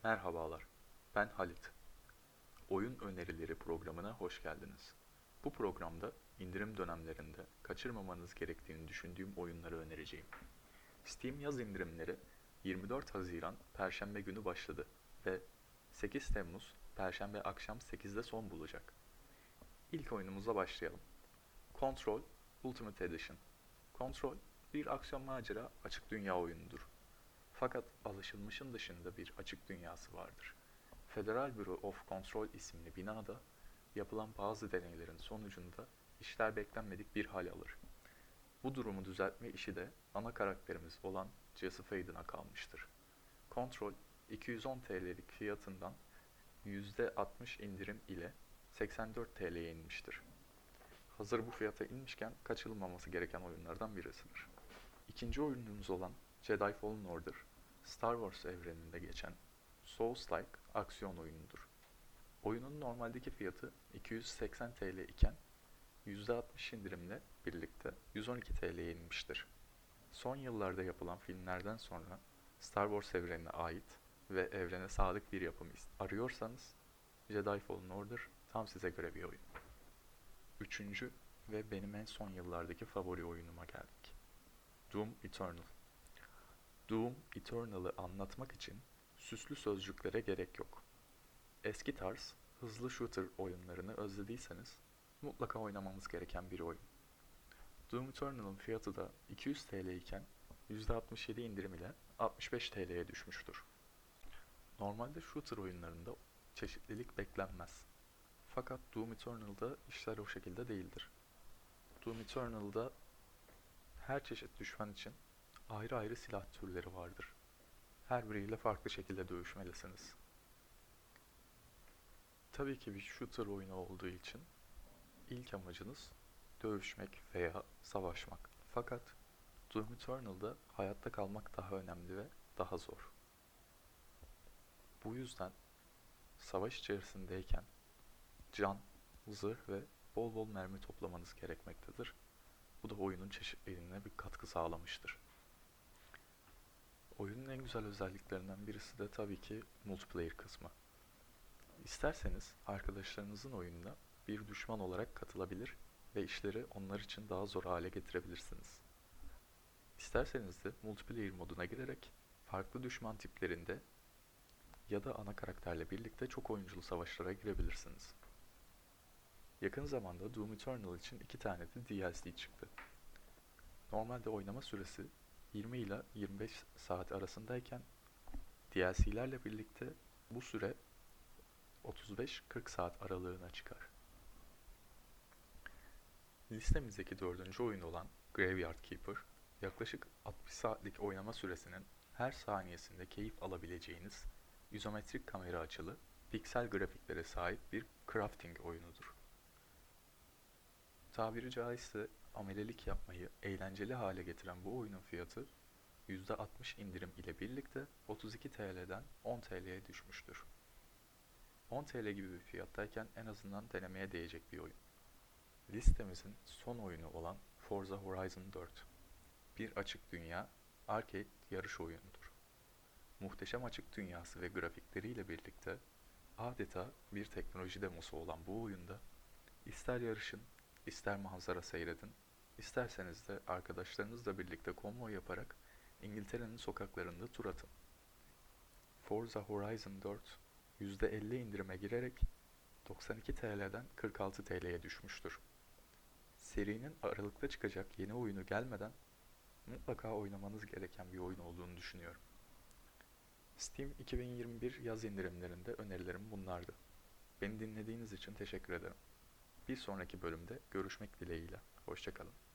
Merhabalar, ben Halit. Oyun önerileri programına hoş geldiniz. Bu programda indirim dönemlerinde kaçırmamanız gerektiğini düşündüğüm oyunları önereceğim. Steam yaz indirimleri 24 Haziran Perşembe günü başladı ve 8 Temmuz Perşembe akşam 8'de son bulacak. İlk oyunumuza başlayalım. Control Ultimate Edition. Control bir aksiyon macera açık dünya oyunudur. Fakat alışılmışın dışında bir açık dünyası vardır. Federal Bureau of Control isimli binada yapılan bazı deneylerin sonucunda işler beklenmedik bir hal alır. Bu durumu düzeltme işi de ana karakterimiz olan Jesse Faden'a kalmıştır. Control 210 TL'lik fiyatından %60 indirim ile 84 TL'ye inmiştir. Hazır bu fiyata inmişken kaçırılmaması gereken oyunlardan birisidir. İkinci oyunumuz olan Jedi Fallen Order, Star Wars evreninde geçen Souls-like aksiyon oyunudur. Oyunun normaldeki fiyatı 280 TL iken %60 indirimle birlikte 112 TL'ye inmiştir. Son yıllarda yapılan filmlerden sonra Star Wars evrenine ait ve evrene sadık bir yapım arıyorsanız Jedi Fallen Order tam size göre bir oyun. Üçüncü ve benim en son yıllardaki favori oyunuma geldik. Doom Eternal. Doom Eternal'ı anlatmak için süslü sözcüklere gerek yok. Eski tarz, hızlı shooter oyunlarını özlediyseniz mutlaka oynamanız gereken bir oyun. Doom Eternal'ın fiyatı da 200 TL iken %67 indirim ile 65 TL'ye düşmüştür. Normalde shooter oyunlarında çeşitlilik beklenmez. Fakat Doom Eternal'da işler o şekilde değildir. Doom Eternal'da her çeşit düşman için ayrı ayrı silah türleri vardır. Her biriyle farklı şekilde dövüşmelisiniz. Tabii ki bir shooter oyunu olduğu için ilk amacınız dövüşmek veya savaşmak. Fakat Doom Eternal'da hayatta kalmak daha önemli ve daha zor. Bu yüzden savaş içerisindeyken can, zırh ve bol bol mermi toplamanız gerekmektedir. Bu da oyunun çeşitliliğine bir katkı sağlamıştır. Oyunun en güzel özelliklerinden birisi de tabii ki multiplayer kısmı. İsterseniz arkadaşlarınızın oyununa bir düşman olarak katılabilir ve işleri onlar için daha zor hale getirebilirsiniz. İsterseniz de multiplayer moduna girerek farklı düşman tiplerinde ya da ana karakterle birlikte çok oyunculu savaşlara girebilirsiniz. Yakın zamanda Doom Eternal için 2 tane de DLC çıktı. Normalde oynama süresi 20 ile 25 saat arasındayken DLC'lerle birlikte bu süre 35-40 saat aralığına çıkar. Listemizdeki dördüncü oyun olan Graveyard Keeper, yaklaşık 60 saatlik oynama süresinin her saniyesinde keyif alabileceğiniz izometrik kamera açılı, piksel grafiklere sahip bir crafting oyunudur. Tabiri caizse amelelik yapmayı eğlenceli hale getiren bu oyunun fiyatı %60 indirim ile birlikte 32 TL'den 10 TL'ye düşmüştür. 10 TL gibi bir fiyattayken en azından denemeye değecek bir oyun. Listemizin son oyunu olan Forza Horizon 4. Bir açık dünya, arcade yarış oyunudur. Muhteşem açık dünyası ve grafikleriyle birlikte adeta bir teknoloji demosu olan bu oyunda ister yarışın, ister manzara seyredin, isterseniz de arkadaşlarınızla birlikte konvoy yaparak İngiltere'nin sokaklarında tur atın. Forza Horizon 4 %50 indirime girerek 92 TL'den 46 TL'ye düşmüştür. Serinin Aralık'ta çıkacak yeni oyunu gelmeden mutlaka oynamanız gereken bir oyun olduğunu düşünüyorum. Steam 2021 yaz indirimlerinde önerilerim bunlardı. Beni dinlediğiniz için teşekkür ederim. Bir sonraki bölümde görüşmek dileğiyle. Hoşça kalın.